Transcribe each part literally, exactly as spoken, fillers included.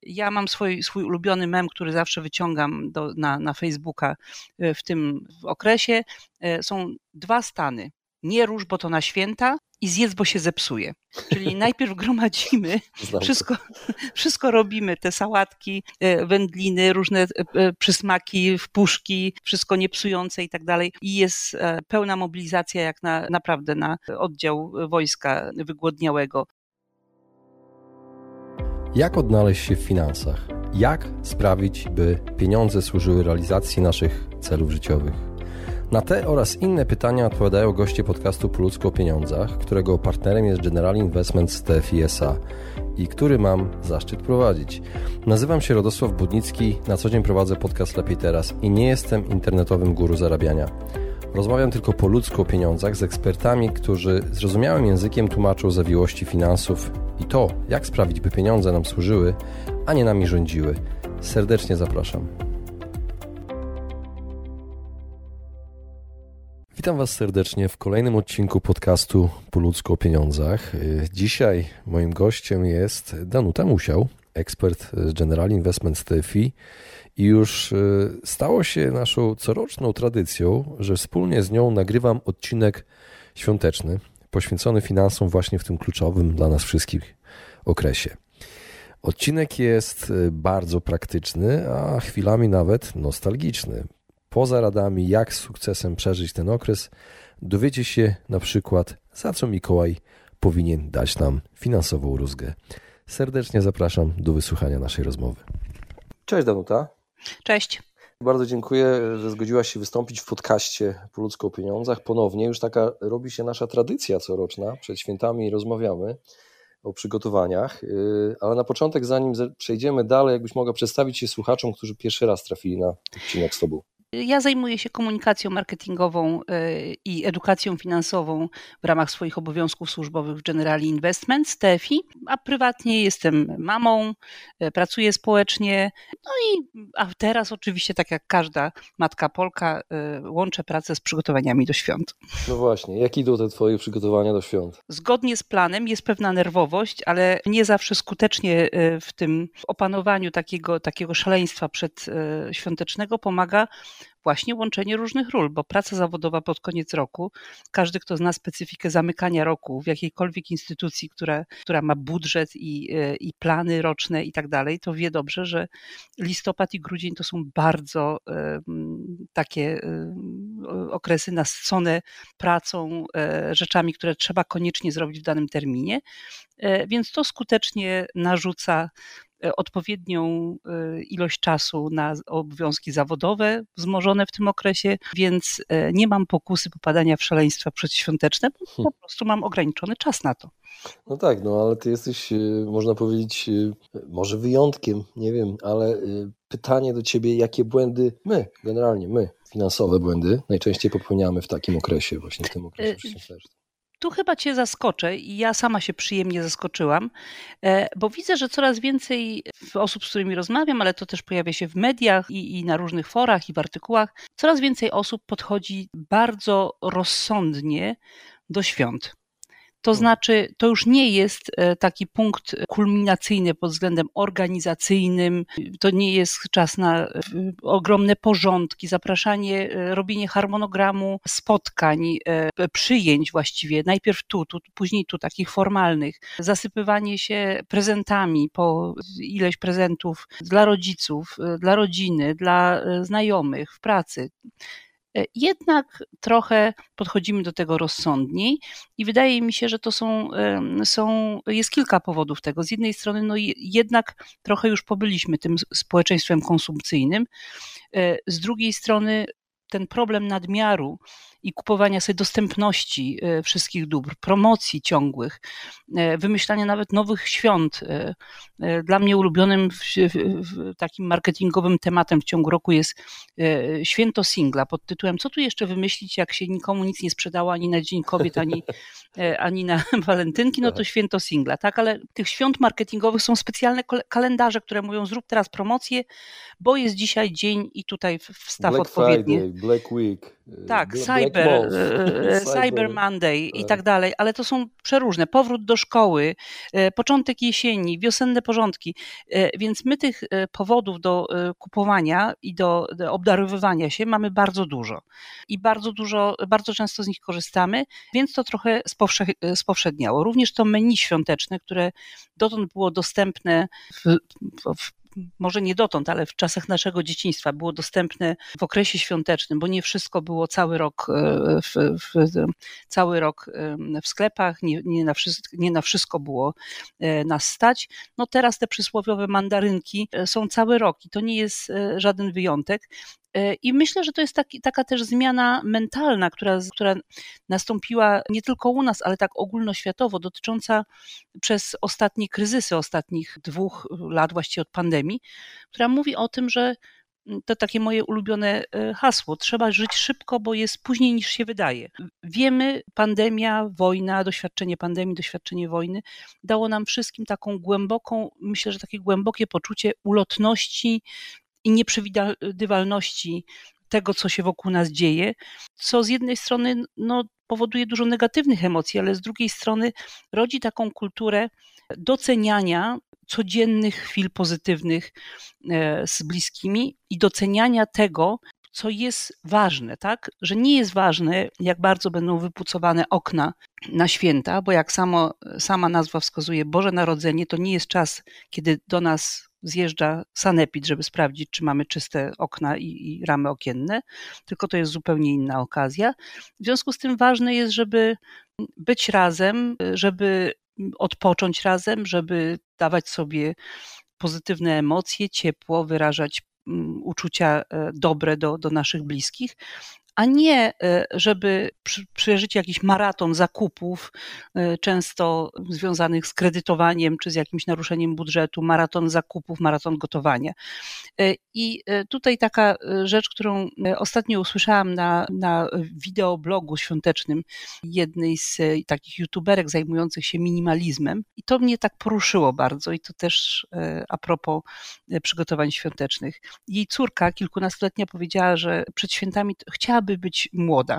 Ja mam swój, swój ulubiony mem, który zawsze wyciągam do, na, na Facebooka w tym okresie. Są dwa stany. Nie rusz, bo to na święta i zjedz, bo się zepsuje. Czyli najpierw gromadzimy, wszystko, wszystko robimy, te sałatki, wędliny, różne przysmaki, wpuszki, wszystko niepsujące i tak dalej. I jest pełna mobilizacja jak na, naprawdę na oddział wojska wygłodniałego. Jak odnaleźć się w finansach? Jak sprawić, by pieniądze służyły realizacji naszych celów życiowych? Na te oraz inne pytania odpowiadają goście podcastu Po ludzku o pieniądzach, którego partnerem jest General Investments T F I S A i który mam zaszczyt prowadzić. Nazywam się Radosław Budnicki, na co dzień prowadzę podcast Lepiej Teraz i nie jestem internetowym guru zarabiania. Rozmawiam tylko po ludzku o pieniądzach z ekspertami, którzy zrozumiałym językiem tłumaczą zawiłości finansów i to, jak sprawić, by pieniądze nam służyły, a nie nami rządziły. Serdecznie zapraszam. Witam Was serdecznie w kolejnym odcinku podcastu Po ludzku o pieniądzach. Dzisiaj moim gościem jest Danuta Musiał, ekspert z General Investments T F I i już stało się naszą coroczną tradycją, że wspólnie z nią nagrywam odcinek świąteczny poświęcony finansom właśnie w tym kluczowym dla nas wszystkich okresie. Odcinek jest bardzo praktyczny, a chwilami nawet nostalgiczny. Poza radami, jak z sukcesem przeżyć ten okres, dowiecie się na przykład, za co Mikołaj powinien dać nam finansową rózgę. Serdecznie zapraszam do wysłuchania naszej rozmowy. Cześć Danuta. Cześć. Bardzo dziękuję, że zgodziłaś się wystąpić w podcaście Po ludzku o pieniądzach. Ponownie już taka robi się nasza tradycja coroczna. Przed świętami rozmawiamy o przygotowaniach, ale na początek, zanim przejdziemy dalej, jakbyś mogła przedstawić się słuchaczom, którzy pierwszy raz trafili na odcinek z Tobą. Ja zajmuję się komunikacją marketingową i edukacją finansową w ramach swoich obowiązków służbowych w General Investments T F I, a prywatnie jestem mamą, pracuję społecznie, no i a teraz oczywiście, tak jak każda matka Polka, łączę pracę z przygotowaniami do świąt. No właśnie, jak idą te Twoje przygotowania do świąt? Zgodnie z planem jest pewna nerwowość, ale nie zawsze skutecznie w tym opanowaniu takiego, takiego szaleństwa przedświątecznego pomaga właśnie łączenie różnych ról, bo praca zawodowa pod koniec roku, każdy, kto zna specyfikę zamykania roku w jakiejkolwiek instytucji, która, która ma budżet i, i plany roczne i tak dalej, to wie dobrze, że listopad i grudzień to są bardzo um, takie um, okresy nasycone pracą, um, rzeczami, które trzeba koniecznie zrobić w danym terminie, um, więc to skutecznie narzuca odpowiednią ilość czasu na obowiązki zawodowe wzmożone w tym okresie, więc nie mam pokusy popadania w szaleństwa przedświąteczne, bo po prostu mam ograniczony czas na to. No tak, no ale ty jesteś, można powiedzieć, może wyjątkiem, nie wiem, ale pytanie do ciebie, jakie błędy my, generalnie my, finansowe błędy, najczęściej popełniamy w takim okresie, właśnie w tym okresie przedświątecznym. Tu chyba Cię zaskoczę i ja sama się przyjemnie zaskoczyłam, bo widzę, że coraz więcej osób, z którymi rozmawiam, ale to też pojawia się w mediach i, i na różnych forach i w artykułach, coraz więcej osób podchodzi bardzo rozsądnie do świąt. To znaczy, to już nie jest taki punkt kulminacyjny pod względem organizacyjnym, to nie jest czas na ogromne porządki, zapraszanie, robienie harmonogramu spotkań, przyjęć właściwie, najpierw tu, tu, później tu, takich formalnych, zasypywanie się prezentami, po ileś prezentów dla rodziców, dla rodziny, dla znajomych, w pracy. Jednak trochę podchodzimy do tego rozsądniej i wydaje mi się, że to są, są, jest kilka powodów tego. Z jednej strony no jednak trochę już pobyliśmy tym społeczeństwem konsumpcyjnym, z drugiej strony ten problem nadmiaru i kupowania sobie dostępności wszystkich dóbr, promocji ciągłych, wymyślania nawet nowych świąt. Dla mnie ulubionym w, w, takim marketingowym tematem w ciągu roku jest święto singla pod tytułem co tu jeszcze wymyślić, jak się nikomu nic nie sprzedało ani na Dzień Kobiet, ani, ani na walentynki, no to święto singla, tak? Ale tych świąt marketingowych są specjalne kalendarze, które mówią zrób teraz promocję, bo jest dzisiaj dzień i tutaj wstaw Black odpowiednie. Friday, Black Week. Tak, Black cyber, Month, e, Cyber cyber. Monday i tak dalej, ale to są przeróżne. Powrót do szkoły, e, początek jesieni, wiosenne porządki, e, więc my tych e, powodów do e, kupowania i do, do obdarowywania się mamy bardzo dużo i bardzo dużo, bardzo często z nich korzystamy, więc to trochę spowsze, spowszedniało. Również to menu świąteczne, które dotąd było dostępne w, w może nie dotąd, ale w czasach naszego dzieciństwa było dostępne w okresie świątecznym, bo nie wszystko było cały rok w, w, cały rok w sklepach, nie, nie, na wszystko, nie na wszystko było nas stać. No teraz te przysłowiowe mandarynki są cały rok i to nie jest żaden wyjątek. I myślę, że to jest taki, taka też zmiana mentalna, która, która nastąpiła nie tylko u nas, ale tak ogólnoświatowo, dotycząca przez ostatnie kryzysy, ostatnich dwóch lat właściwie od pandemii, która mówi o tym, że to takie moje ulubione hasło, trzeba żyć szybko, bo jest później niż się wydaje. Wiemy, pandemia, wojna, doświadczenie pandemii, doświadczenie wojny dało nam wszystkim taką głęboką, myślę, że takie głębokie poczucie ulotności i nieprzewidywalności tego, co się wokół nas dzieje, co z jednej strony no, powoduje dużo negatywnych emocji, ale z drugiej strony rodzi taką kulturę doceniania codziennych chwil pozytywnych z bliskimi i doceniania tego, co jest ważne, tak? Że nie jest ważne, jak bardzo będą wypucowane okna na święta, bo jak samo, sama nazwa wskazuje, Boże Narodzenie to nie jest czas, kiedy do nas zjeżdża sanepid, żeby sprawdzić, czy mamy czyste okna i, i ramy okienne, tylko to jest zupełnie inna okazja. W związku z tym ważne jest, żeby być razem, żeby odpocząć razem, żeby dawać sobie pozytywne emocje, ciepło, wyrażać uczucia dobre do, do naszych bliskich, a nie żeby przeżyć jakiś maraton zakupów, często związanych z kredytowaniem czy z jakimś naruszeniem budżetu, maraton zakupów, maraton gotowania. I tutaj taka rzecz, którą ostatnio usłyszałam na, na wideoblogu świątecznym jednej z takich youtuberek zajmujących się minimalizmem i to mnie tak poruszyło bardzo i to też a propos przygotowań świątecznych. Jej córka kilkunastoletnia powiedziała, że przed świętami chciałaby być młoda.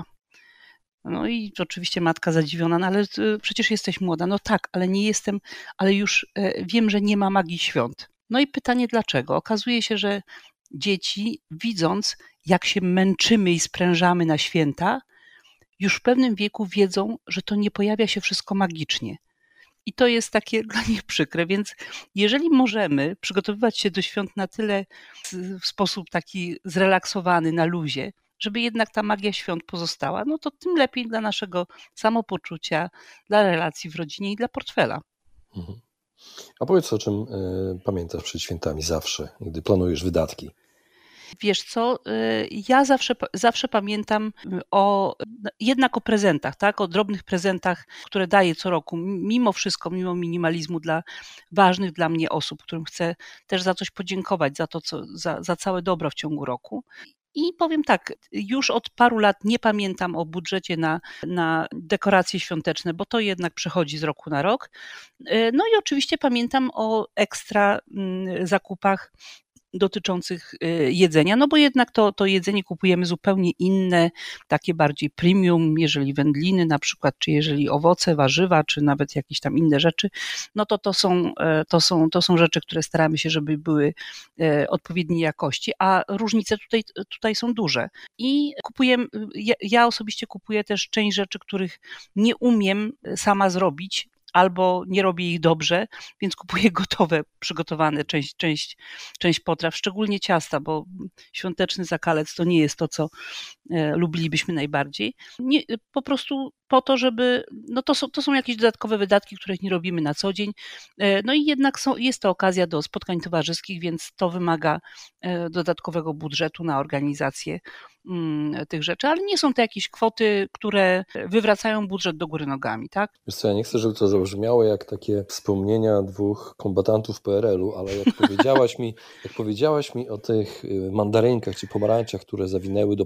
No i oczywiście matka zadziwiona, no ale przecież jesteś młoda. No tak, ale nie jestem, ale już wiem, że nie ma magii świąt. No i pytanie dlaczego? Okazuje się, że dzieci widząc, jak się męczymy i sprężamy na święta, już w pewnym wieku wiedzą, że to nie pojawia się wszystko magicznie. I to jest takie dla nich przykre, więc jeżeli możemy przygotowywać się do świąt na tyle w sposób taki zrelaksowany, na luzie, żeby jednak ta magia świąt pozostała, no to tym lepiej dla naszego samopoczucia, dla relacji w rodzinie i dla portfela. Mhm. A powiedz, o czym y, pamiętasz przed świętami zawsze, gdy planujesz wydatki? Wiesz co, ja zawsze, zawsze pamiętam o, jednak o prezentach, tak? O drobnych prezentach, które daję co roku, mimo wszystko, mimo minimalizmu dla ważnych dla mnie osób, którym chcę też za coś podziękować, za to, co, za, za całe dobro w ciągu roku. I powiem tak, już od paru lat nie pamiętam o budżecie na, na dekoracje świąteczne, bo to jednak przechodzi z roku na rok. No i oczywiście pamiętam o ekstra zakupach dotyczących jedzenia, no bo jednak to, to jedzenie kupujemy zupełnie inne, takie bardziej premium, jeżeli wędliny na przykład, czy jeżeli owoce, warzywa, czy nawet jakieś tam inne rzeczy, no to to są, to są, to są rzeczy, które staramy się, żeby były odpowiedniej jakości, a różnice tutaj, tutaj są duże. I kupuję, ja, ja osobiście kupuję też część rzeczy, których nie umiem sama zrobić, albo nie robię ich dobrze, więc kupuję gotowe, przygotowane część, część, część potraw, szczególnie ciasta, bo świąteczny zakalec to nie jest to, co e, lubilibyśmy najbardziej. Nie, po prostu po to, żeby, no to są, to są jakieś dodatkowe wydatki, których nie robimy na co dzień, e, no i jednak są, jest to okazja do spotkań towarzyskich, więc to wymaga e, dodatkowego budżetu na organizację mm, tych rzeczy, ale nie są to jakieś kwoty, które wywracają budżet do góry nogami, tak? Wiesz co, ja nie chcę, żeby to zabrzmiało jak takie wspomnienia dwóch kombatantów P R L-u, ale jak powiedziałaś mi, jak powiedziałaś mi o tych mandarynkach czy pomarańczach, które zawinęły do portu z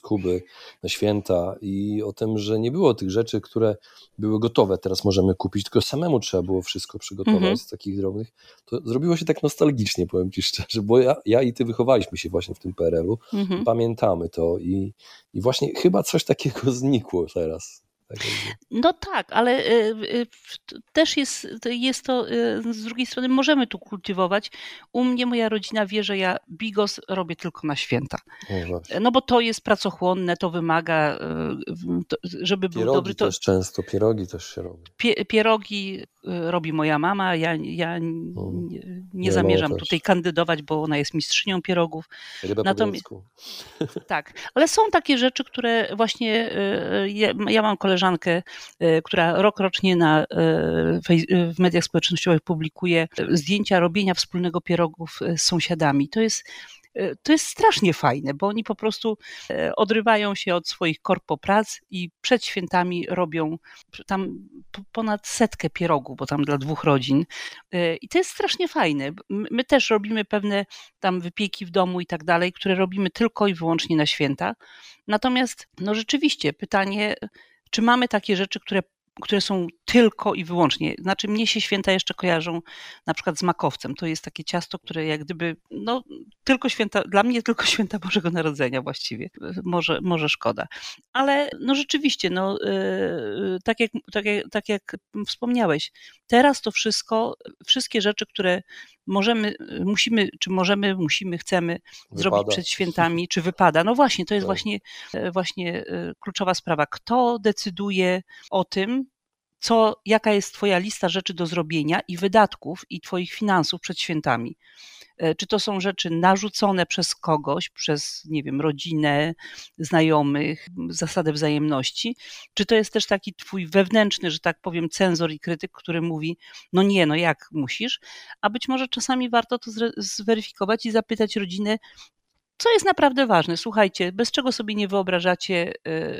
Kuby na święta i o tym, że nie było tych rzeczy, które były gotowe, teraz możemy kupić, tylko samemu trzeba było wszystko przygotować Mhm. z takich drobnych, to zrobiło się tak nostalgicznie, powiem ci szczerze, bo ja, ja i ty wychowaliśmy się właśnie w tym P R L u Mhm. i pamiętamy to i, i właśnie chyba coś takiego znikło teraz. Tak jakby. No tak, ale y, y, w- też jest, to jest to, y, z drugiej strony możemy tu kultywować. U mnie moja rodzina wie, że ja bigos robię tylko na święta. O, właśnie. No bo to jest pracochłonne, to wymaga, y, w- to- żeby był Pierogi dobry. To też często, pierogi też się robi. pie, pierogi y, robi moja mama. Ja, ja Mm. nie, nie Nie, zamierzam mama też. tutaj kandydować, bo ona jest mistrzynią pierogów. Rybę po Natomiast grecku. tak, ale są takie rzeczy, które właśnie, y, ja, ja mam koleżankę, y, która rokrocznie na, y, fej- y, w mediach społecznościowych publikuje zdjęcia robienia wspólnego pierogów y, z sąsiadami. To jest, y, to jest strasznie fajne, bo oni po prostu y, odrywają się od swoich korpo prac i przed świętami robią tam p- ponad setkę pierogów, bo tam dla dwóch rodzin. Y, I to jest strasznie fajne. M- My też robimy pewne tam wypieki w domu i tak dalej, które robimy tylko i wyłącznie na święta. Natomiast no rzeczywiście pytanie, czy mamy takie rzeczy, które, które są tylko i wyłącznie, znaczy mnie się święta jeszcze kojarzą na przykład z makowcem. To jest takie ciasto, które jak gdyby, no tylko święta, dla mnie tylko święta Bożego Narodzenia właściwie. Może, może szkoda. Ale no rzeczywiście, no yy, tak jak, tak jak, tak jak wspomniałeś, teraz to wszystko, wszystkie rzeczy, które możemy, musimy, czy możemy, musimy, chcemy zrobić Wypada. przed świętami, czy wypada. No właśnie, to jest Tak. właśnie, e, właśnie e, kluczowa sprawa. Kto decyduje o tym, co, jaka jest twoja lista rzeczy do zrobienia i wydatków i twoich finansów przed świętami? E, Czy to są rzeczy narzucone przez kogoś, przez, nie wiem, rodzinę, znajomych, zasadę wzajemności, czy to jest też taki twój wewnętrzny, że tak powiem, cenzor i krytyk, który mówi, no nie, no jak musisz, a być może czasami warto to zre- zweryfikować i zapytać rodzinę, co jest naprawdę ważne. Słuchajcie, bez czego sobie nie wyobrażacie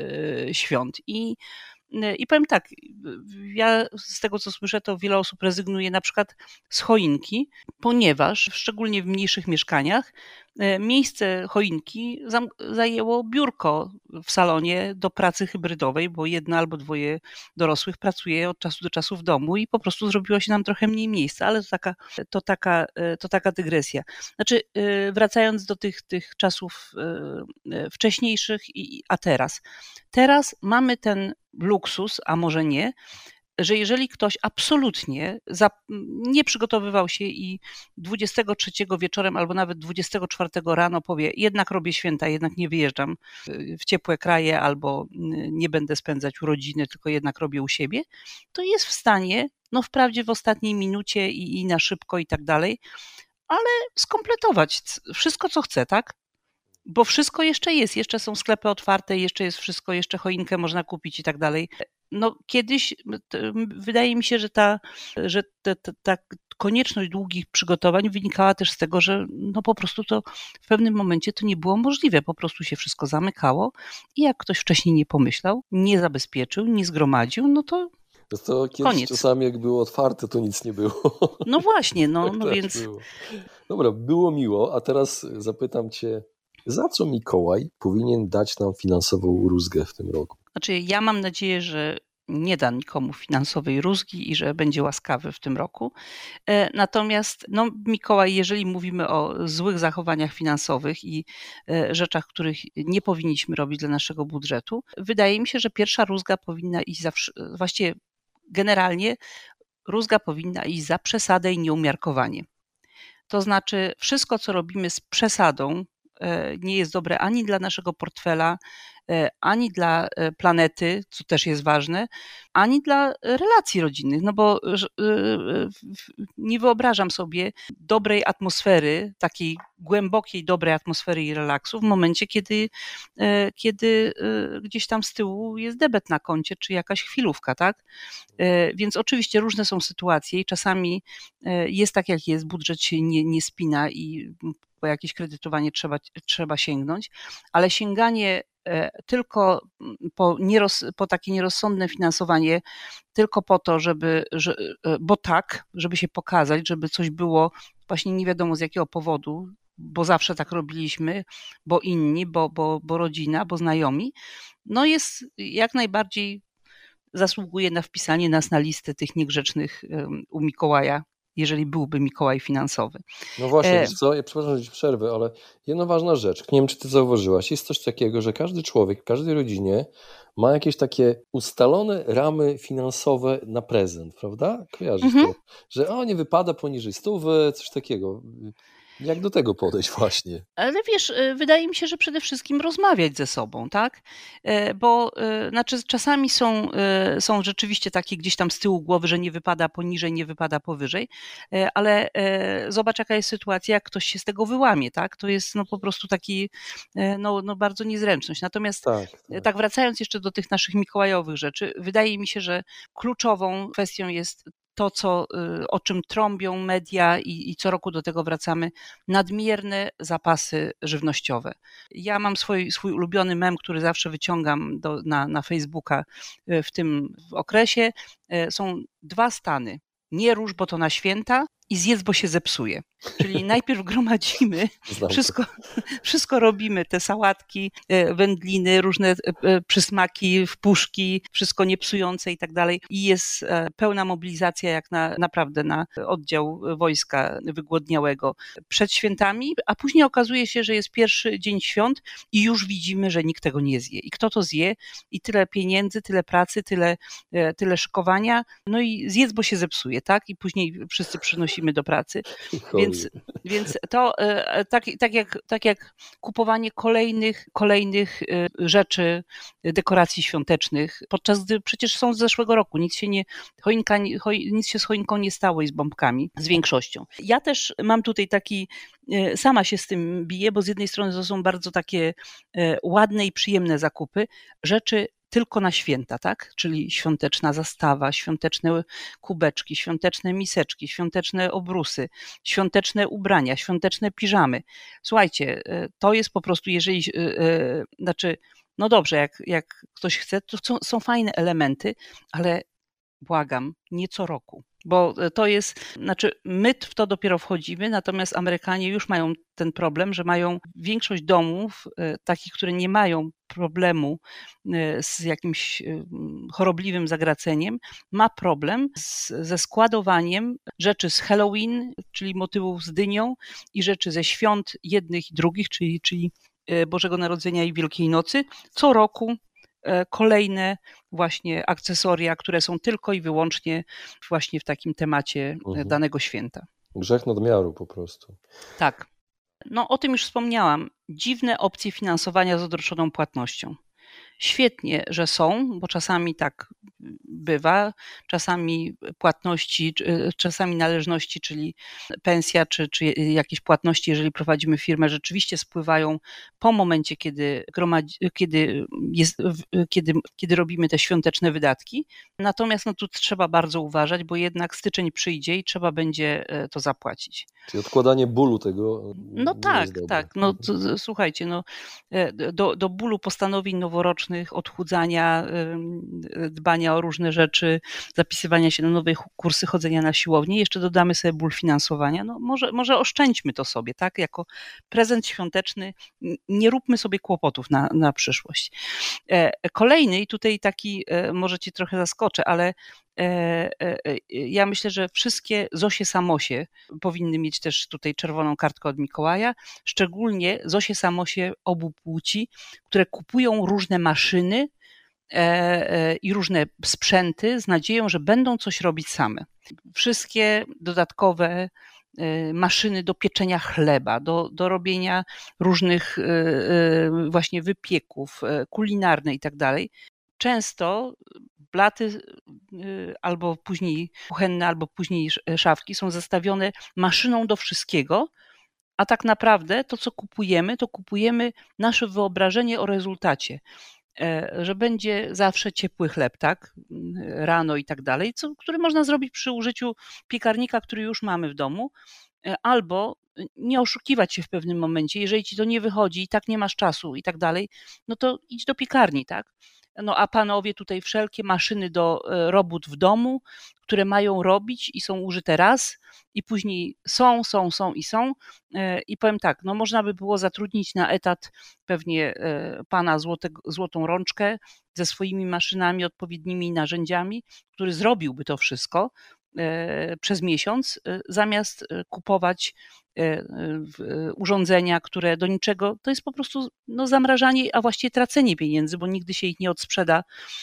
e, świąt. I, e, I powiem tak, ja z tego co słyszę, to wiele osób rezygnuje na przykład z choinki, ponieważ szczególnie w mniejszych mieszkaniach e, miejsce choinki zam- zajęło biurko w salonie do pracy hybrydowej, bo jedno albo dwoje dorosłych pracuje od czasu do czasu w domu i po prostu zrobiło się nam trochę mniej miejsca, ale to taka, to taka, e, to taka dygresja. Znaczy, e, wracając do tych, tych czasów e, e, wcześniejszych, i, a teraz. Teraz mamy ten luksus, a może nie, że jeżeli ktoś absolutnie za, nie przygotowywał się i dwudziestego trzeciego wieczorem albo nawet dwudziestego czwartego rano powie, jednak robię święta, jednak nie wyjeżdżam w ciepłe kraje albo nie będę spędzać urodziny, tylko jednak robię u siebie, to jest w stanie, no wprawdzie w ostatniej minucie i, i na szybko i tak dalej, ale skompletować wszystko, co chce, tak? Bo wszystko jeszcze jest, jeszcze są sklepy otwarte, jeszcze jest wszystko, jeszcze choinkę można kupić i tak dalej. No kiedyś to, wydaje mi się, że ta, że ta, ta, ta konieczność długich przygotowań wynikała też z tego, że no po prostu to w pewnym momencie to nie było możliwe, po prostu się wszystko zamykało i jak ktoś wcześniej nie pomyślał, nie zabezpieczył, nie zgromadził, no to To, to kiedyś koniec. czasami jak było otwarte, to nic nie było. No właśnie, no, no Tak więc... było. Dobra, było miło, a teraz zapytam cię, za co Mikołaj powinien dać nam finansową rózgę w tym roku? Znaczy, ja mam nadzieję, że nie da nikomu finansowej rózgi i że będzie łaskawy w tym roku. E, Natomiast no, Mikołaj, jeżeli mówimy o złych zachowaniach finansowych i e, rzeczach, których nie powinniśmy robić dla naszego budżetu, wydaje mi się, że pierwsza rózga powinna iść za, wsz- właściwie generalnie rózga powinna iść za przesadę i nieumiarkowanie. To znaczy, wszystko, co robimy z przesadą, e, nie jest dobre ani dla naszego portfela, e, ani dla e, planety, co też jest ważne, ani dla relacji rodzinnych, no bo e, e, nie wyobrażam sobie dobrej atmosfery, takiej głębokiej, dobrej atmosfery i relaksu w momencie, kiedy, e, kiedy e, gdzieś tam z tyłu jest debet na koncie, czy jakaś chwilówka, tak? E, Więc oczywiście różne są sytuacje i czasami e, jest tak, jak jest, budżet się nie, nie spina i po jakieś kredytowanie trzeba, trzeba sięgnąć, ale sięganie e, tylko po, nieroz, po takie nierozsądne finansowanie, tylko po to, żeby, że, e, bo tak, żeby się pokazać, żeby coś było właśnie nie wiadomo z jakiego powodu, bo zawsze tak robiliśmy, bo inni, bo, bo, bo rodzina, bo znajomi, no jest jak najbardziej zasługuje na wpisanie nas na listę tych niegrzecznych u Mikołaja, jeżeli byłby Mikołaj finansowy. No właśnie, wiesz co, ja przepraszam, że ci przerwę, ale jedna ważna rzecz, nie wiem, czy ty zauważyłaś, jest coś takiego, że każdy człowiek w każdej rodzinie ma jakieś takie ustalone ramy finansowe na prezent, prawda? Kojarzysz Mhm. to, że o, nie wypada poniżej stówy, coś takiego. Jak do tego podejść właśnie? Ale wiesz, wydaje mi się, że przede wszystkim rozmawiać ze sobą, tak? Bo znaczy czasami są, są rzeczywiście takie gdzieś tam z tyłu głowy, że nie wypada poniżej, nie wypada powyżej, ale zobacz, jaka jest sytuacja, jak ktoś się z tego wyłamie, tak? To jest no po prostu taki, no, no bardzo niezręczność. Natomiast tak, tak. tak wracając jeszcze do tych naszych mikołajowych rzeczy, wydaje mi się, że kluczową kwestią jest to, co, o czym trąbią media i, i co roku do tego wracamy, nadmierne zapasy żywnościowe. Ja mam swój, swój ulubiony mem, który zawsze wyciągam do, na, na Facebooka w tym okresie. Są dwa stany. Nie rusz, bo to na święta i zjedz, bo się zepsuje. Czyli najpierw gromadzimy, wszystko, wszystko robimy, te sałatki, wędliny, różne przysmaki, wpuszki, wszystko niepsujące i tak dalej. I jest pełna mobilizacja jak na, naprawdę na oddział wojska wygłodniałego przed świętami, a później okazuje się, że jest pierwszy dzień świąt i już widzimy, że nikt tego nie zje. I kto to zje? I tyle pieniędzy, tyle pracy, tyle, tyle szykowania. No i zjedz, bo się zepsuje, tak? I później wszyscy przynosimy do pracy. Więc, więc to tak, tak, jak, tak jak kupowanie kolejnych, kolejnych rzeczy, dekoracji świątecznych, podczas gdy przecież są z zeszłego roku, nic się, nie, choinka, nic się z choinką nie stało i z bombkami, z większością. Ja też mam tutaj taki, sama się z tym biję, bo z jednej strony to są bardzo takie ładne i przyjemne zakupy, rzeczy tylko na święta, tak? Czyli świąteczna zastawa, świąteczne kubeczki, świąteczne miseczki, świąteczne obrusy, świąteczne ubrania, świąteczne piżamy. Słuchajcie, to jest po prostu, jeżeli, yy, znaczy, no dobrze, jak, jak ktoś chce, to są, są fajne elementy, ale błagam, nie co roku. Bo to jest, znaczy my w to dopiero wchodzimy, natomiast Amerykanie już mają ten problem, że mają większość domów, takich, które nie mają problemu z jakimś chorobliwym zagraceniem, ma problem z, ze składowaniem rzeczy z Halloween, czyli motywów z dynią i rzeczy ze świąt jednych i drugich, czyli, czyli Bożego Narodzenia i Wielkiej Nocy, co roku kolejne właśnie akcesoria, które są tylko i wyłącznie właśnie w takim temacie mhm. danego święta. Grzech nadmiaru po prostu. Tak. No o tym już wspomniałam. Dziwne opcje finansowania z odroczoną płatnością. Świetnie, że są, bo czasami tak bywa, czasami płatności, czasami należności, czyli pensja, czy, czy jakieś płatności, jeżeli prowadzimy firmę, rzeczywiście spływają po momencie, kiedy, gromadzi, kiedy, jest, kiedy, kiedy robimy te świąteczne wydatki. Natomiast no, tu trzeba bardzo uważać, bo jednak styczeń przyjdzie i trzeba będzie to zapłacić. Czyli odkładanie bólu tego. No tak, tak. No, to, słuchajcie, no, do, do bólu postanowień noworocznych, odchudzania, dbania o różne rzeczy, zapisywania się na nowe kursy, chodzenia na siłownię, jeszcze dodamy sobie ból finansowania, no może, może oszczędźmy to sobie, tak, jako prezent świąteczny, nie róbmy sobie kłopotów na, na przyszłość. Kolejny, i tutaj taki może cię trochę zaskoczę, ale ja myślę, że wszystkie Zosie Samosie powinny mieć też tutaj czerwoną kartkę od Mikołaja, szczególnie Zosie Samosie obu płci, które kupują różne maszyny i różne sprzęty z nadzieją, że będą coś robić same. Wszystkie dodatkowe maszyny do pieczenia chleba, do, do robienia różnych właśnie wypieków, kulinarne i tak dalej. Często blaty albo później kuchenne, albo później szafki są zestawione maszyną do wszystkiego, a tak naprawdę to, co kupujemy, to kupujemy nasze wyobrażenie o rezultacie, że będzie zawsze ciepły chleb, tak, rano i tak dalej, co, który można zrobić przy użyciu piekarnika, który już mamy w domu, albo nie oszukiwać się w pewnym momencie. Jeżeli ci to nie wychodzi i tak nie masz czasu i tak dalej, no to idź do piekarni, tak? No a panowie tutaj wszelkie maszyny do robót w domu, które mają robić i są użyte raz i później są, są, są i są. I powiem tak, no można by było zatrudnić na etat pewnie pana złote, złotą rączkę ze swoimi maszynami, odpowiednimi narzędziami, który zrobiłby to wszystko przez miesiąc, zamiast kupować urządzenia, które do niczego, to jest po prostu no, zamrażanie, a właściwie tracenie pieniędzy, bo nigdy się ich nie odsprzeda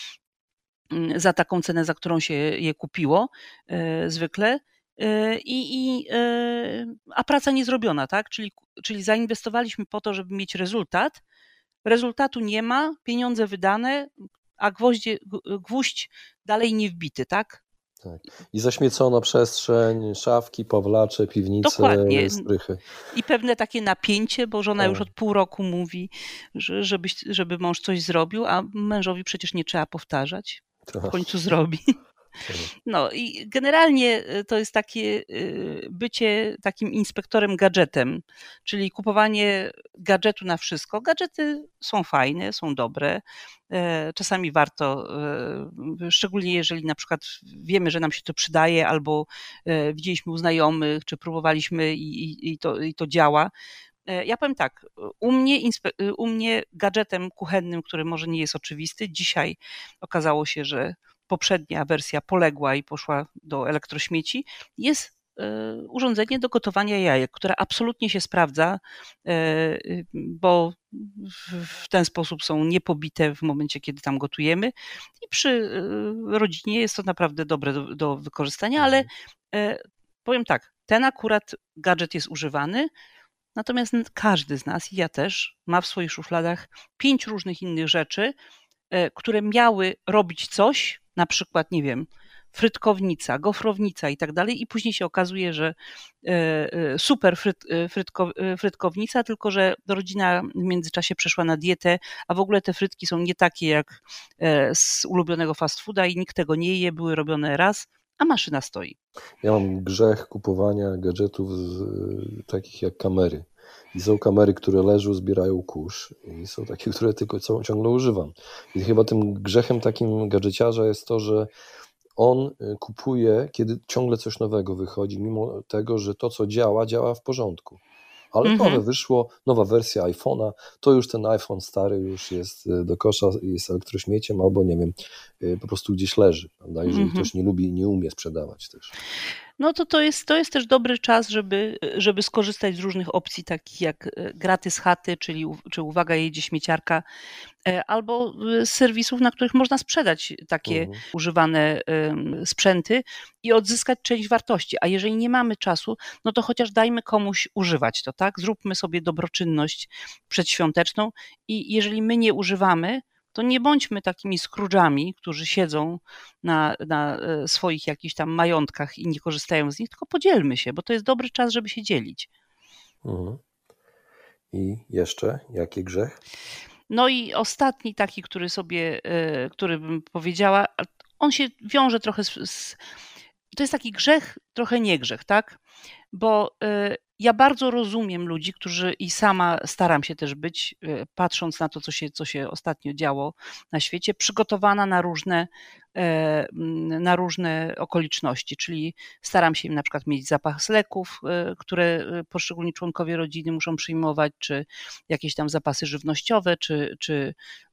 za taką cenę, za którą się je kupiło zwykle. I, i, a praca nie zrobiona, tak? Czyli, czyli zainwestowaliśmy po to, żeby mieć rezultat. Rezultatu nie ma, pieniądze wydane, a gwoździe, gwóźdź dalej nie wbity, tak? Tak. I zaśmiecona przestrzeń, szafki, powlacze, piwnice, Dokładnie. strychy. I pewne takie napięcie, bo żona tak. już od pół roku mówi, że żeby, żeby mąż coś zrobił, a mężowi przecież nie trzeba powtarzać. Tak. W końcu zrobi. No i generalnie to jest takie bycie takim inspektorem gadżetem, czyli kupowanie gadżetu na wszystko. Gadżety są fajne, są dobre. Czasami warto, szczególnie jeżeli na przykład wiemy, że nam się to przydaje, albo widzieliśmy u znajomych, czy próbowaliśmy i, i, i, to, i to działa. Ja powiem tak, u mnie, u mnie gadżetem kuchennym, który może nie jest oczywisty, dzisiaj okazało się, że poprzednia wersja poległa i poszła do elektrośmieci, jest urządzenie do gotowania jajek, które absolutnie się sprawdza, bo w ten sposób są niepobite w momencie, kiedy tam gotujemy i przy rodzinie jest to naprawdę dobre do, do wykorzystania, ale powiem tak, ten akurat gadżet jest używany, natomiast każdy z nas, i ja też, ma w swoich szufladach pięć różnych innych rzeczy, które miały robić coś, na przykład, nie wiem, frytkownica, gofrownica i tak dalej, i później się okazuje, że super fryt, frytko, frytkownica, tylko że rodzina w międzyczasie przeszła na dietę, a w ogóle te frytki są nie takie jak z ulubionego fast fooda i nikt tego nie je, były robione raz, a maszyna stoi. Ja mam grzech kupowania gadżetów z, takich jak kamery. I są kamery, które leżą, zbierają kurz i są takie, które tylko ciągle używam. I chyba tym grzechem takim gadżeciarza jest to, że on kupuje, kiedy ciągle coś nowego wychodzi, mimo tego, że to, co działa, działa w porządku. Ale mm-hmm. nowe wyszło, nowa wersja iPhone'a, to już ten iPhone stary już jest do kosza, jest elektrośmieciem albo nie wiem, po prostu gdzieś leży, prawda? Jeżeli mm-hmm. ktoś nie lubi i nie umie sprzedawać też. No to to jest, to jest też dobry czas, żeby, żeby skorzystać z różnych opcji, takich jak gratis chaty, czyli czy uwaga, jedzie śmieciarka, albo z serwisów, na których można sprzedać takie mhm. używane sprzęty i odzyskać część wartości. A jeżeli nie mamy czasu, no to chociaż dajmy komuś używać to, tak? Zróbmy sobie dobroczynność przedświąteczną i jeżeli my nie używamy, to nie bądźmy takimi Scrooge'ami, którzy siedzą na, na swoich jakichś tam majątkach i nie korzystają z nich, tylko podzielmy się, bo to jest dobry czas, żeby się dzielić. Mhm. I jeszcze jaki grzech? No i ostatni taki, który sobie, który bym powiedziała, on się wiąże trochę z, z to jest taki grzech, trochę nie grzech, tak? Bo ja bardzo rozumiem ludzi, którzy i sama staram się też być, patrząc na to, co się, co się ostatnio działo na świecie, przygotowana na różne, na różne okoliczności, czyli staram się na przykład mieć zapas leków, które poszczególni członkowie rodziny muszą przyjmować, czy jakieś tam zapasy żywnościowe, czy, czy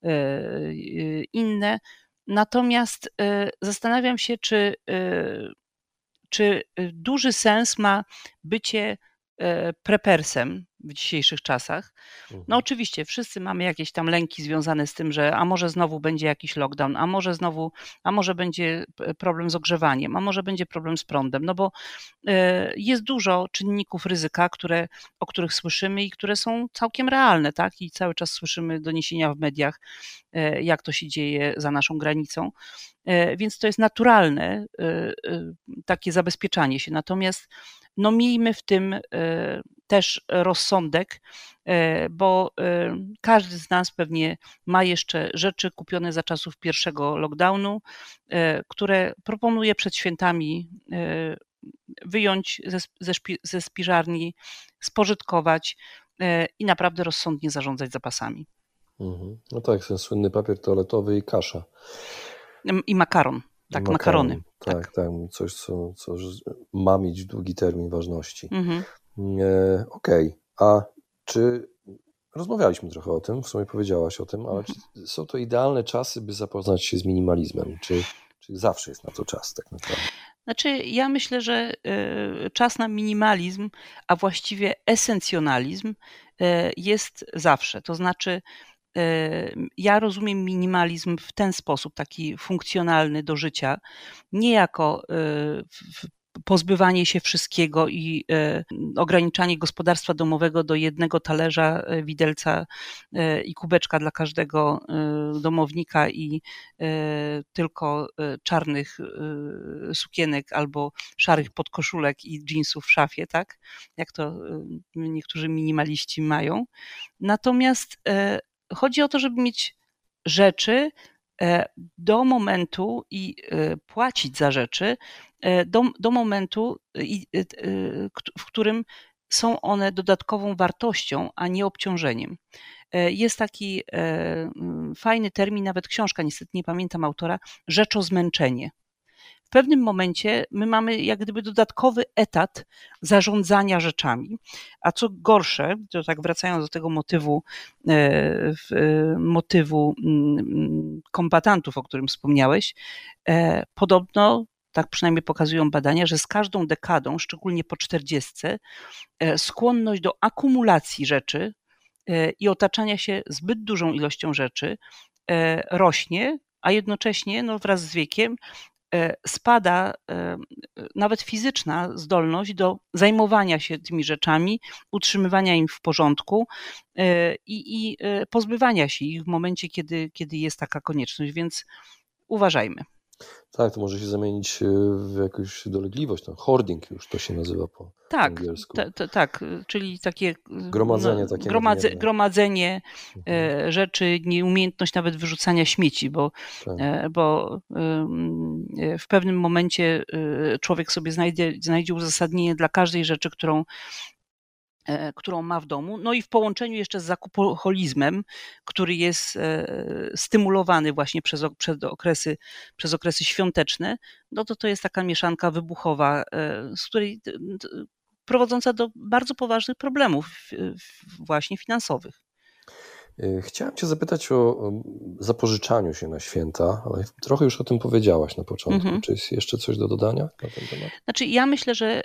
inne. Natomiast zastanawiam się, czy Czy duży sens ma bycie prepersem w dzisiejszych czasach? No oczywiście, wszyscy mamy jakieś tam lęki związane z tym, że a może znowu będzie jakiś lockdown, a może znowu, a może będzie problem z ogrzewaniem, a może będzie problem z prądem, no bo jest dużo czynników ryzyka, które, o których słyszymy i które są całkiem realne, tak? I cały czas słyszymy doniesienia w mediach, jak to się dzieje za naszą granicą. Więc to jest naturalne takie zabezpieczanie się. Natomiast no miejmy w tym też rozsądek, bo każdy z nas pewnie ma jeszcze rzeczy kupione za czasów pierwszego lockdownu, które proponuje przed świętami wyjąć ze, ze, szpi, ze spiżarni, spożytkować i naprawdę rozsądnie zarządzać zapasami. Mhm. No tak, ten słynny papier toaletowy i kasza. I makaron, tak, I makaron. makarony. Tak, tak, tak, coś, co, co ma mieć długi termin ważności. Mhm. E, Okej, okay. A czy rozmawialiśmy trochę o tym, w sumie powiedziałaś o tym, ale mhm. czy są to idealne czasy, by zapoznać się z minimalizmem? Czy, czy zawsze jest na to czas tak naprawdę? Znaczy, ja myślę, że czas na minimalizm, a właściwie esencjonalizm jest zawsze. To znaczy, ja rozumiem minimalizm w ten sposób, taki funkcjonalny do życia, nie jako pozbywanie się wszystkiego i ograniczanie gospodarstwa domowego do jednego talerza, widelca i kubeczka dla każdego domownika i tylko czarnych sukienek albo szarych podkoszulek i dżinsów w szafie, tak? Jak to niektórzy minimaliści mają. Natomiast chodzi o to, żeby mieć rzeczy do momentu i płacić za rzeczy do, do momentu, w którym są one dodatkową wartością, a nie obciążeniem. Jest taki fajny termin, nawet książka, niestety nie pamiętam autora, rzeczozmęczenie. W pewnym momencie my mamy jak gdyby dodatkowy etat zarządzania rzeczami, a co gorsze, to tak wracając do tego motywu, motywu kombatantów, o którym wspomniałeś, podobno, tak przynajmniej pokazują badania, że z każdą dekadą, szczególnie po czterdziestce, skłonność do akumulacji rzeczy i otaczania się zbyt dużą ilością rzeczy rośnie, a jednocześnie no, wraz z wiekiem spada nawet fizyczna zdolność do zajmowania się tymi rzeczami, utrzymywania im w porządku i, i pozbywania się ich w momencie, kiedy, kiedy jest taka konieczność, więc uważajmy. Tak, to może się zamienić w jakąś dolegliwość, no, hoarding już to się nazywa po tak, angielsku. Tak, t- tak, czyli takie gromadzenie, takie gromadze, gromadzenie mhm. rzeczy, nieumiejętność nawet wyrzucania śmieci, bo, tak. bo w pewnym momencie człowiek sobie znajdzie, znajdzie uzasadnienie dla każdej rzeczy, którą którą ma w domu, no i w połączeniu jeszcze z zakupoholizmem, który jest stymulowany właśnie przez, przez, okresy, przez okresy świąteczne, no to to jest taka mieszanka wybuchowa, z której prowadząca do bardzo poważnych problemów właśnie finansowych. Chciałem Cię zapytać o zapożyczaniu się na święta, ale trochę już o tym powiedziałaś na początku. Mhm. Czy jest jeszcze coś do dodania na ten temat? Znaczy, ja myślę, że,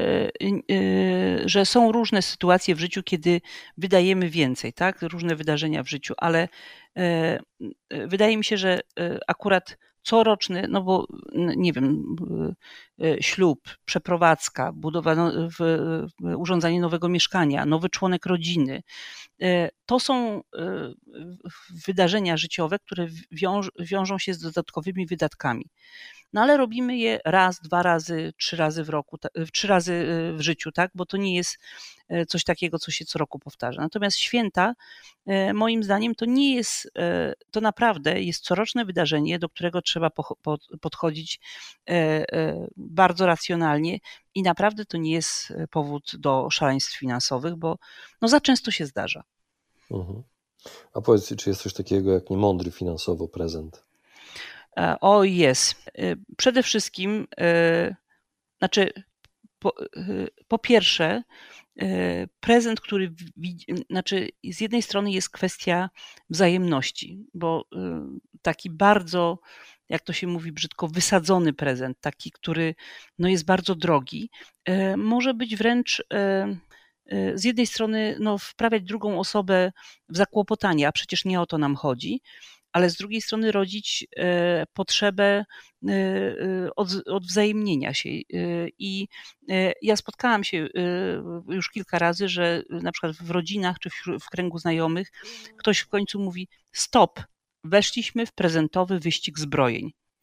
że są różne sytuacje w życiu, kiedy wydajemy więcej, tak? Różne wydarzenia w życiu, ale wydaje mi się, że akurat coroczny, no bo nie wiem, ślub, przeprowadzka, budowa, urządzanie nowego mieszkania, nowy członek rodziny, to są wydarzenia życiowe, które wiąż, wiążą się z dodatkowymi wydatkami. No ale robimy je raz, dwa razy, trzy razy w roku, trzy razy w życiu, tak? Bo to nie jest coś takiego, co się co roku powtarza. Natomiast święta, moim zdaniem, to nie jest, to naprawdę jest coroczne wydarzenie, do którego trzeba podchodzić bardzo racjonalnie i naprawdę to nie jest powód do szaleństw finansowych, bo no za często się zdarza. Mhm. A powiedz, czy jest coś takiego jak niemądry finansowo prezent? O, jest. Przede wszystkim, znaczy, po, po pierwsze, prezent, który, znaczy z jednej strony jest kwestia wzajemności, bo taki bardzo, jak to się mówi brzydko, wysadzony prezent, taki, który no jest bardzo drogi, może być wręcz z jednej strony no, wprawiać drugą osobę w zakłopotanie, a przecież nie o to nam chodzi, ale z drugiej strony rodzić potrzebę odwzajemnienia się. I ja spotkałam się już kilka razy, że na przykład w rodzinach czy w kręgu znajomych ktoś w końcu mówi: stop, weszliśmy w prezentowy wyścig zbrojeń.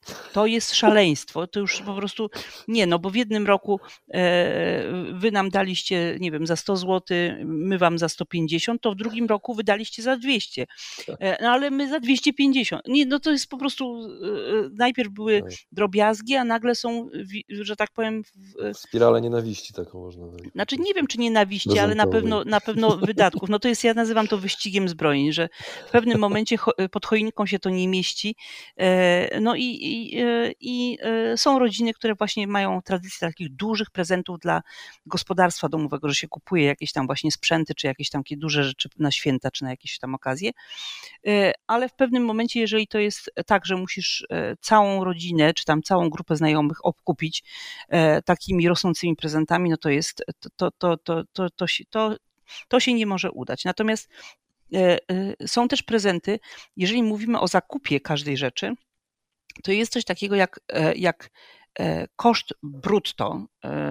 To jest szaleństwo, to już po prostu nie, no bo w jednym roku e, wy nam daliście, nie wiem, za sto złotych, my wam za sto pięćdziesiąt, to w drugim roku wydaliście za dwieście, e, no ale my za dwieście pięćdziesiąt. Nie, no to jest po prostu, e, najpierw były drobiazgi, a nagle są, że tak powiem... W, spiralę nienawiści taką można powiedzieć. Znaczy nie wiem, czy nienawiści, ale na pewno, na pewno wydatków. No to jest, ja nazywam to wyścigiem zbrojeń, że w pewnym momencie pod choinką się to nie mieści. No i, i, i są rodziny, które właśnie mają tradycję takich dużych prezentów dla gospodarstwa domowego, że się kupuje jakieś tam właśnie sprzęty, czy jakieś tam takie duże rzeczy na święta, czy na jakieś tam okazje. Ale w pewnym momencie, jeżeli to jest tak, że musisz całą rodzinę, czy tam całą grupę znajomych obkupić takimi rosnącymi prezentami, no to jest, to, to, to, to, to, się, to, to się nie może udać. Natomiast są też prezenty, jeżeli mówimy o zakupie każdej rzeczy, to jest coś takiego jak, jak koszt brutto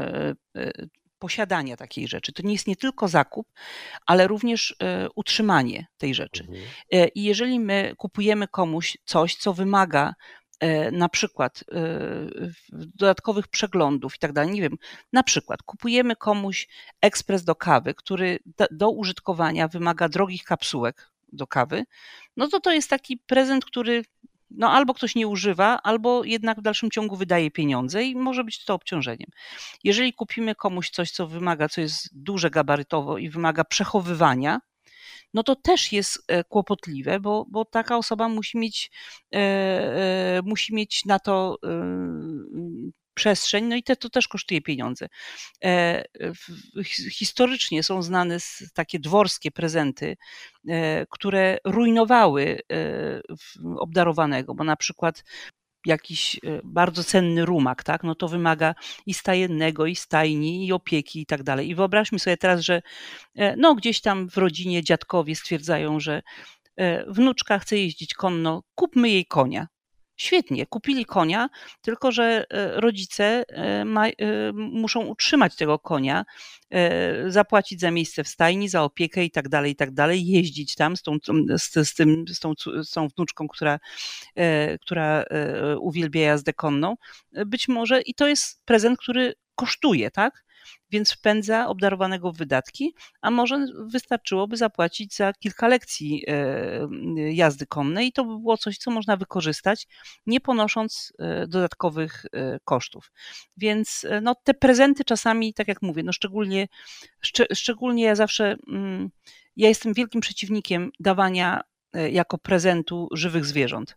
posiadania takiej rzeczy. To nie jest nie tylko zakup, ale również utrzymanie tej rzeczy. Mhm. I jeżeli my kupujemy komuś coś, co wymaga na przykład dodatkowych przeglądów i tak dalej, nie wiem, na przykład kupujemy komuś ekspres do kawy, który do użytkowania wymaga drogich kapsułek do kawy, no to to jest taki prezent, który no albo ktoś nie używa, albo jednak w dalszym ciągu wydaje pieniądze i może być to obciążeniem. Jeżeli kupimy komuś coś, co wymaga, co jest duże gabarytowo i wymaga przechowywania, no to też jest kłopotliwe, bo, bo taka osoba musi mieć, e, e, musi mieć na to e, przestrzeń, no i te, to też kosztuje pieniądze. E, w, historycznie są znane takie dworskie prezenty, e, które rujnowały e, obdarowanego, bo na przykład jakiś bardzo cenny rumak, tak, no to wymaga i stajennego, i stajni, i opieki i tak dalej. I wyobraźmy sobie teraz, że no gdzieś tam w rodzinie dziadkowie stwierdzają, że wnuczka chce jeździć konno, kupmy jej konia. Świetnie, kupili konia, tylko że rodzice ma, muszą utrzymać tego konia, zapłacić za miejsce w stajni, za opiekę i tak dalej, i tak dalej, jeździć tam z tą, z, z, tym, z, tą, z tą wnuczką, która, która uwielbia jazdę konną. Być może i to jest prezent, który kosztuje, tak? Więc wpędza obdarowanego w wydatki, a może wystarczyłoby zapłacić za kilka lekcji jazdy konnej i to by było coś, co można wykorzystać, nie ponosząc dodatkowych kosztów. Więc no, te prezenty czasami, tak jak mówię, no szczególnie, szcz- szczególnie ja zawsze, ja jestem wielkim przeciwnikiem dawania jako prezentu żywych zwierząt.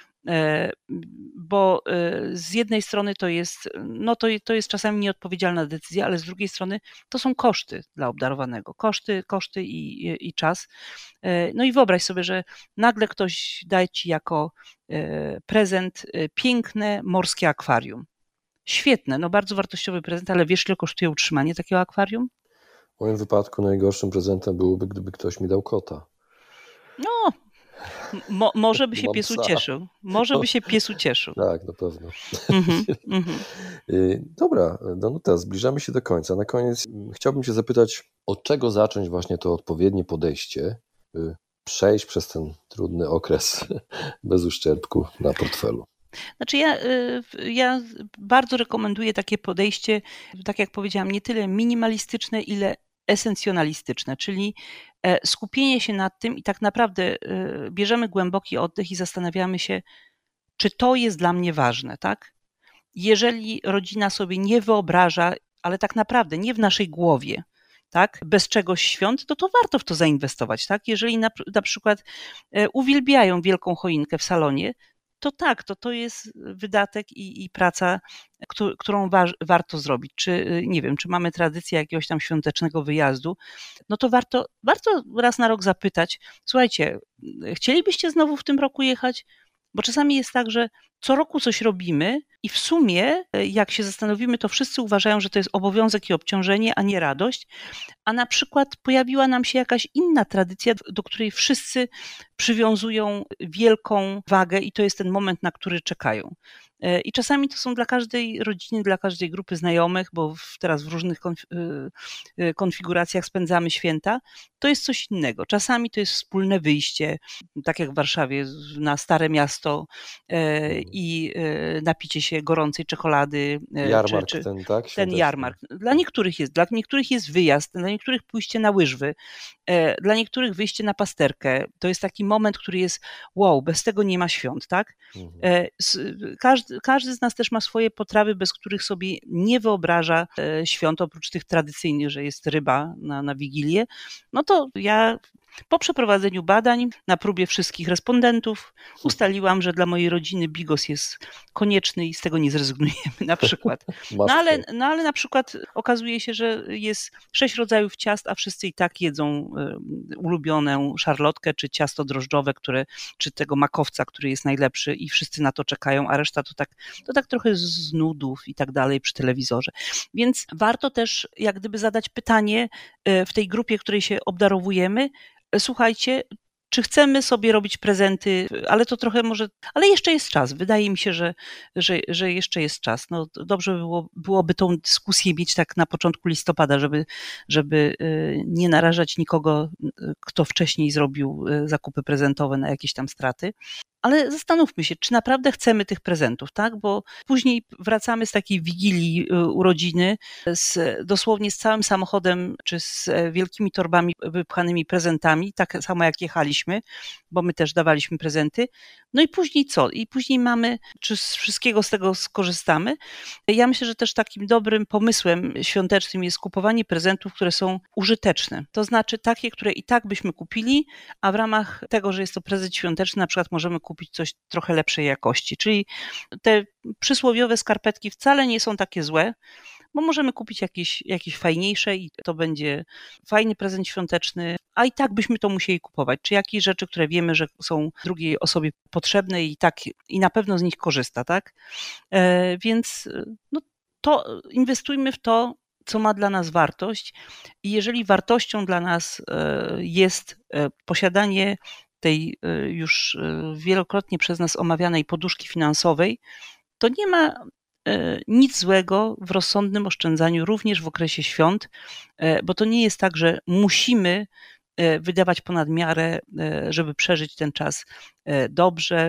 Bo z jednej strony to jest, no to, to jest czasami nieodpowiedzialna decyzja, ale z drugiej strony to są koszty dla obdarowanego. Koszty, koszty i, i czas. No i wyobraź sobie, że nagle ktoś daje ci jako prezent piękne morskie akwarium. Świetne, no bardzo wartościowy prezent, ale wiesz, ile kosztuje utrzymanie takiego akwarium? W moim wypadku najgorszym prezentem byłoby, gdyby ktoś mi dał kota. No, Mo, może by się Mam pies psa. ucieszył. Może by się pies ucieszył. Tak, na pewno. Mm-hmm, mm-hmm. Dobra, Danuta, zbliżamy się do końca. Na koniec chciałbym Cię zapytać, od czego zacząć właśnie to odpowiednie podejście, by przejść przez ten trudny okres bez uszczerbku na portfelu. Znaczy ja, ja bardzo rekomenduję takie podejście, tak jak powiedziałam, nie tyle minimalistyczne, ile esencjonalistyczne, czyli skupienie się nad tym i tak naprawdę bierzemy głęboki oddech i zastanawiamy się, czy to jest dla mnie ważne, tak? Jeżeli rodzina sobie nie wyobraża, ale tak naprawdę nie w naszej głowie, tak, bez czegoś świąt, to to warto w to zainwestować, tak? Jeżeli na, na przykład uwielbiają wielką choinkę w salonie, to tak, to to jest wydatek i, i praca, którą wa- warto zrobić. Czy nie wiem, czy mamy tradycję jakiegoś tam świątecznego wyjazdu, no to warto, warto raz na rok zapytać, słuchajcie, chcielibyście znowu w tym roku jechać? Bo czasami jest tak, że co roku coś robimy i w sumie, jak się zastanowimy, to wszyscy uważają, że to jest obowiązek i obciążenie, a nie radość. A na przykład pojawiła nam się jakaś inna tradycja, do której wszyscy przywiązują wielką wagę i to jest ten moment, na który czekają. I czasami to są dla każdej rodziny, dla każdej grupy znajomych, bo w, teraz w różnych konfiguracjach spędzamy święta, to jest coś innego. Czasami to jest wspólne wyjście, tak jak w Warszawie, na Stare Miasto i napicie się gorącej czekolady. Jarmark czy, czy ten, tak? Ten jarmark. Dla niektórych jest, dla niektórych jest wyjazd, dla niektórych pójście na łyżwy, dla niektórych wyjście na pasterkę. To jest taki moment, który jest wow, bez tego nie ma świąt, tak? Mhm. Każdy, każdy z nas też ma swoje potrawy, bez których sobie nie wyobraża świąt, oprócz tych tradycyjnych, że jest ryba na, na Wigilię. No to ja po przeprowadzeniu badań na próbie wszystkich respondentów ustaliłam, że dla mojej rodziny bigos jest konieczny i z tego nie zrezygnujemy na przykład. No ale, no ale na przykład okazuje się, że jest sześć rodzajów ciast, a wszyscy i tak jedzą ulubioną szarlotkę czy ciasto drożdżowe, które, czy tego makowca, który jest najlepszy i wszyscy na to czekają, a reszta to tak, to tak trochę z nudów i tak dalej przy telewizorze. Więc warto też jak gdyby zadać pytanie w tej grupie, której się obdarowujemy, słuchajcie, czy chcemy sobie robić prezenty, ale to trochę może, ale jeszcze jest czas. Wydaje mi się, że, że, że jeszcze jest czas. No, dobrze by było, byłoby tą dyskusję mieć tak na początku listopada, żeby, żeby nie narażać nikogo, kto wcześniej zrobił zakupy prezentowe na jakieś tam straty. Ale zastanówmy się, czy naprawdę chcemy tych prezentów, tak? Bo później wracamy z takiej wigilii urodziny z, dosłownie z całym samochodem, czy z wielkimi torbami wypchanymi prezentami, tak samo jak jechaliśmy, bo my też dawaliśmy prezenty. No i później co? I później mamy, czy z wszystkiego z tego skorzystamy? Ja myślę, że też takim dobrym pomysłem świątecznym jest kupowanie prezentów, które są użyteczne. To znaczy takie, które i tak byśmy kupili, a w ramach tego, że jest to prezent świąteczny, na przykład możemy kupić coś trochę lepszej jakości. Czyli te przysłowiowe skarpetki wcale nie są takie złe, bo możemy kupić jakieś, jakieś fajniejsze i to będzie fajny prezent świąteczny, a i tak byśmy to musieli kupować. Czy jakieś rzeczy, które wiemy, że są drugiej osobie potrzebne i tak i na pewno z nich korzysta, tak? E, więc no, to inwestujmy w to, co ma dla nas wartość i jeżeli wartością dla nas jest posiadanie tej już wielokrotnie przez nas omawianej poduszki finansowej, to nie ma nic złego w rozsądnym oszczędzaniu również w okresie świąt, bo to nie jest tak, że musimy wydawać ponad miarę, żeby przeżyć ten czas dobrze,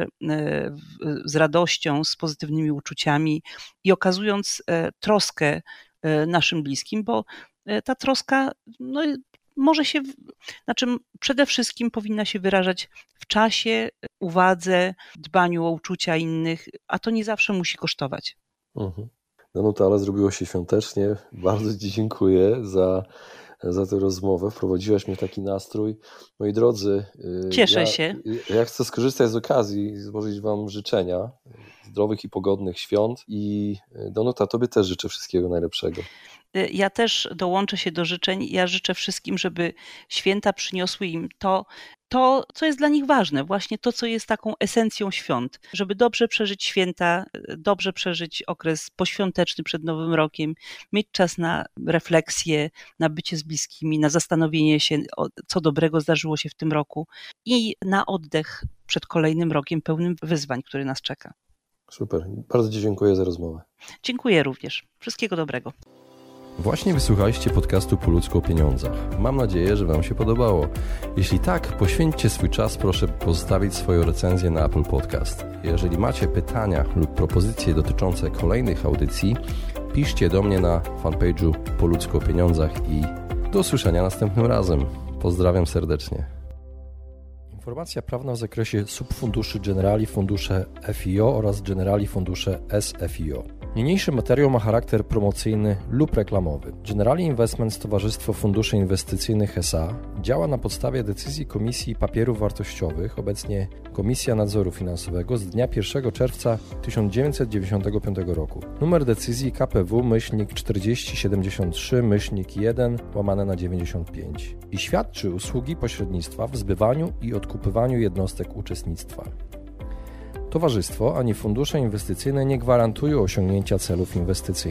z radością, z pozytywnymi uczuciami i okazując troskę naszym bliskim, bo ta troska no, może się, znaczy przede wszystkim powinna się wyrażać w czasie, uwadze, dbaniu o uczucia innych, a to nie zawsze musi kosztować. Mhm. Danuta, ale zrobiło się świątecznie. Bardzo Ci dziękuję za, za tę rozmowę. Wprowadziłaś mnie w taki nastrój. Moi drodzy, cieszę ja, się. Ja chcę skorzystać z okazji i złożyć Wam życzenia zdrowych i pogodnych świąt i Danuta, Tobie też życzę wszystkiego najlepszego. Ja też dołączę się do życzeń. Ja życzę wszystkim, żeby święta przyniosły im to, to, co jest dla nich ważne, właśnie to, co jest taką esencją świąt, żeby dobrze przeżyć święta, dobrze przeżyć okres poświąteczny przed Nowym Rokiem, mieć czas na refleksję, na bycie z bliskimi, na zastanowienie się, co dobrego zdarzyło się w tym roku i na oddech przed kolejnym rokiem pełnym wyzwań, który nas czeka. Super. Bardzo Ci dziękuję za rozmowę. Dziękuję również. Wszystkiego dobrego. Właśnie wysłuchaliście podcastu Po ludzku o pieniądzach. Mam nadzieję, że Wam się podobało. Jeśli tak, poświęćcie swój czas, proszę pozostawić swoją recenzję na Apple Podcast. Jeżeli macie pytania lub propozycje dotyczące kolejnych audycji, piszcie do mnie na fanpage'u Po ludzku o pieniądzach i do usłyszenia następnym razem. Pozdrawiam serdecznie. Informacja prawna w zakresie subfunduszy Generali Fundusze F I O oraz Generali Fundusze S F I O. Niniejszy materiał ma charakter promocyjny lub reklamowy. Generali Investments Towarzystwo Funduszy Inwestycyjnych S A działa na podstawie decyzji Komisji Papierów Wartościowych, obecnie Komisja Nadzoru Finansowego z dnia pierwszego czerwca tysiąc dziewięćset dziewięćdziesiątego piątego roku. Numer decyzji K P W myślnik czterdzieści siedemdziesiąt trzy myślnik jeden łamane na dziewięćdziesiąt pięć i świadczy usługi pośrednictwa w zbywaniu i odkupywaniu jednostek uczestnictwa. Towarzystwo ani fundusze inwestycyjne nie gwarantują osiągnięcia celów inwestycyjnych.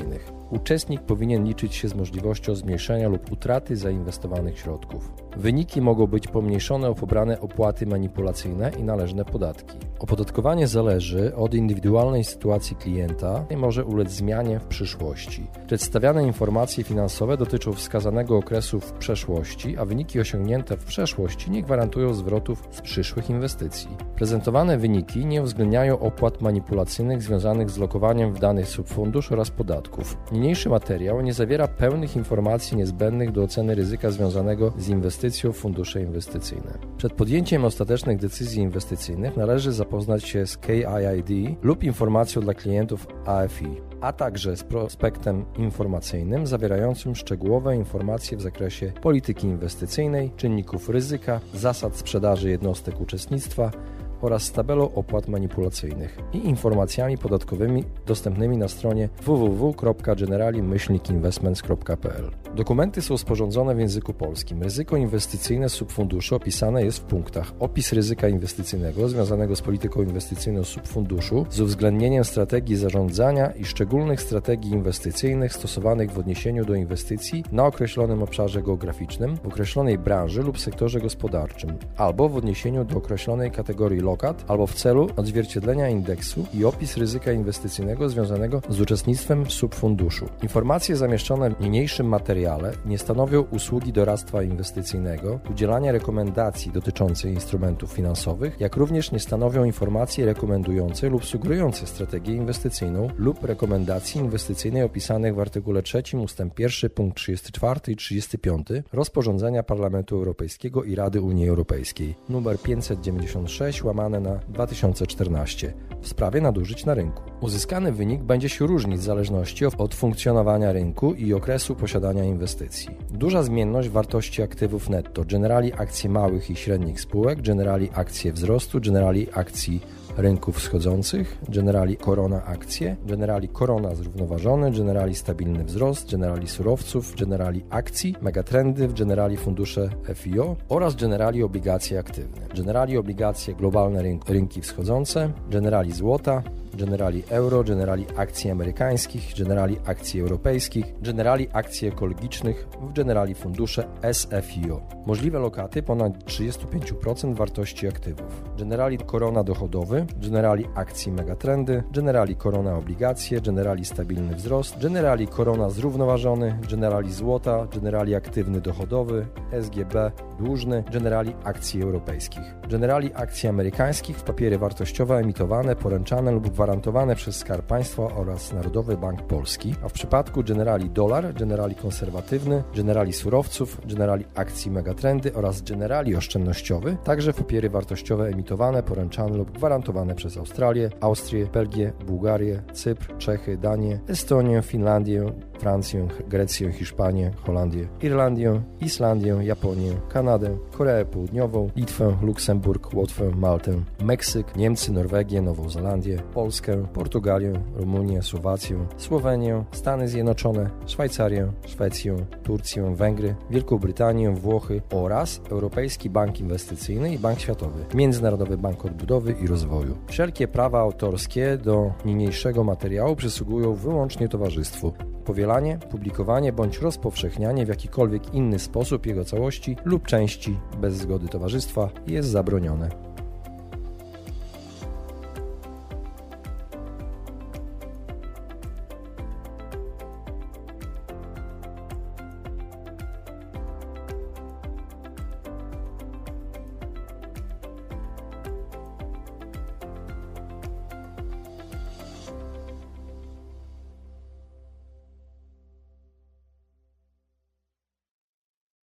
Uczestnik powinien liczyć się z możliwością zmniejszenia lub utraty zainwestowanych środków. Wyniki mogą być pomniejszone o pobrane opłaty manipulacyjne i należne podatki. Opodatkowanie zależy od indywidualnej sytuacji klienta i może ulec zmianie w przyszłości. Przedstawiane informacje finansowe dotyczą wskazanego okresu w przeszłości, a wyniki osiągnięte w przeszłości nie gwarantują zwrotów z przyszłych inwestycji. Prezentowane wyniki nie uwzględniają opłat manipulacyjnych związanych z lokowaniem w danych subfundusz oraz podatków. Niniejszy materiał nie zawiera pełnych informacji niezbędnych do oceny ryzyka związanego z inwestycją w fundusze inwestycyjne. Przed podjęciem ostatecznych decyzji inwestycyjnych należy zapoznać się z K I I D lub informacją dla klientów A F I, a także z prospektem informacyjnym zawierającym szczegółowe informacje w zakresie polityki inwestycyjnej, czynników ryzyka, zasad sprzedaży jednostek uczestnictwa oraz z tabelą opłat manipulacyjnych i informacjami podatkowymi dostępnymi na stronie w w w kropka generali myślnik investments kropka p l. Dokumenty są sporządzone w języku polskim. Ryzyko inwestycyjne subfunduszu opisane jest w punktach: opis ryzyka inwestycyjnego związanego z polityką inwestycyjną subfunduszu z uwzględnieniem strategii zarządzania i szczególnych strategii inwestycyjnych stosowanych w odniesieniu do inwestycji na określonym obszarze geograficznym, w określonej branży lub sektorze gospodarczym, albo w odniesieniu do określonej kategorii lokat, albo w celu odzwierciedlenia indeksu i opis ryzyka inwestycyjnego związanego z uczestnictwem w subfunduszu. Informacje zamieszczone w niniejszym materiale nie stanowią usługi doradztwa inwestycyjnego, udzielania rekomendacji dotyczącej instrumentów finansowych, jak również nie stanowią informacji rekomendującej lub sugerującej strategię inwestycyjną lub rekomendacji inwestycyjnej opisanych w artykule trzecim ustęp pierwszy punkt trzydziesty czwarty i trzydziesty piąty rozporządzenia Parlamentu Europejskiego i Rady Unii Europejskiej nr pięćset dziewięćdziesiąt sześć łamane na dwa tysiące czternaście w sprawie nadużyć na rynku. Uzyskany wynik będzie się różnić w zależności od funkcjonowania rynku i okresu posiadania inwestycji. Duża zmienność wartości aktywów netto, generali akcje małych i średnich spółek, generali akcje wzrostu, generali akcji rynków wschodzących, generali korona akcje, generali korona zrównoważony, generali stabilny wzrost, generali surowców, generali akcji, megatrendy, generali fundusze F I O oraz generali obligacje aktywne, generali obligacje globalne rynki, rynki wschodzące, generali złota, generali euro, generali akcji amerykańskich, generali akcji europejskich, generali akcji ekologicznych, w generali fundusze S F I O. Możliwe lokaty ponad trzydzieści pięć procent wartości aktywów. Generali korona dochodowy, generali akcji megatrendy, generali korona obligacje, generali stabilny wzrost, generali korona zrównoważony, generali złota, generali aktywny dochodowy, S G B dłużny, generali akcji europejskich. Generali akcji amerykańskich w papiery wartościowe emitowane, poręczane lub gwarantowane przez Skarb Państwa oraz Narodowy Bank Polski, a w przypadku generali dolar, generali konserwatywny, generali surowców, generali akcji megatrendy oraz generali oszczędnościowy, także w papiery wartościowe emitowane, poręczane lub gwarantowane przez Australię, Austrię, Belgię, Bułgarię, Cypr, Czechy, Danię, Estonię, Finlandię, Francję, Grecję, Hiszpanię, Holandię, Irlandię, Islandię, Japonię, Kanadę, Koreę Południową, Litwę, Luksemburg, Łotwę, Maltę, Meksyk, Niemcy, Norwegię, Nową Zelandię, Polskę, Portugalię, Rumunię, Słowację, Słowenię, Stany Zjednoczone, Szwajcarię, Szwecję, Turcję, Węgry, Wielką Brytanię, Włochy oraz Europejski Bank Inwestycyjny i Bank Światowy, Międzynarodowy Bank Odbudowy i Rozwoju. Wszelkie prawa autorskie do niniejszego materiału przysługują wyłącznie towarzystwu. Powielanie, publikowanie bądź rozpowszechnianie w jakikolwiek inny sposób jego całości lub części bez zgody towarzystwa jest zabronione.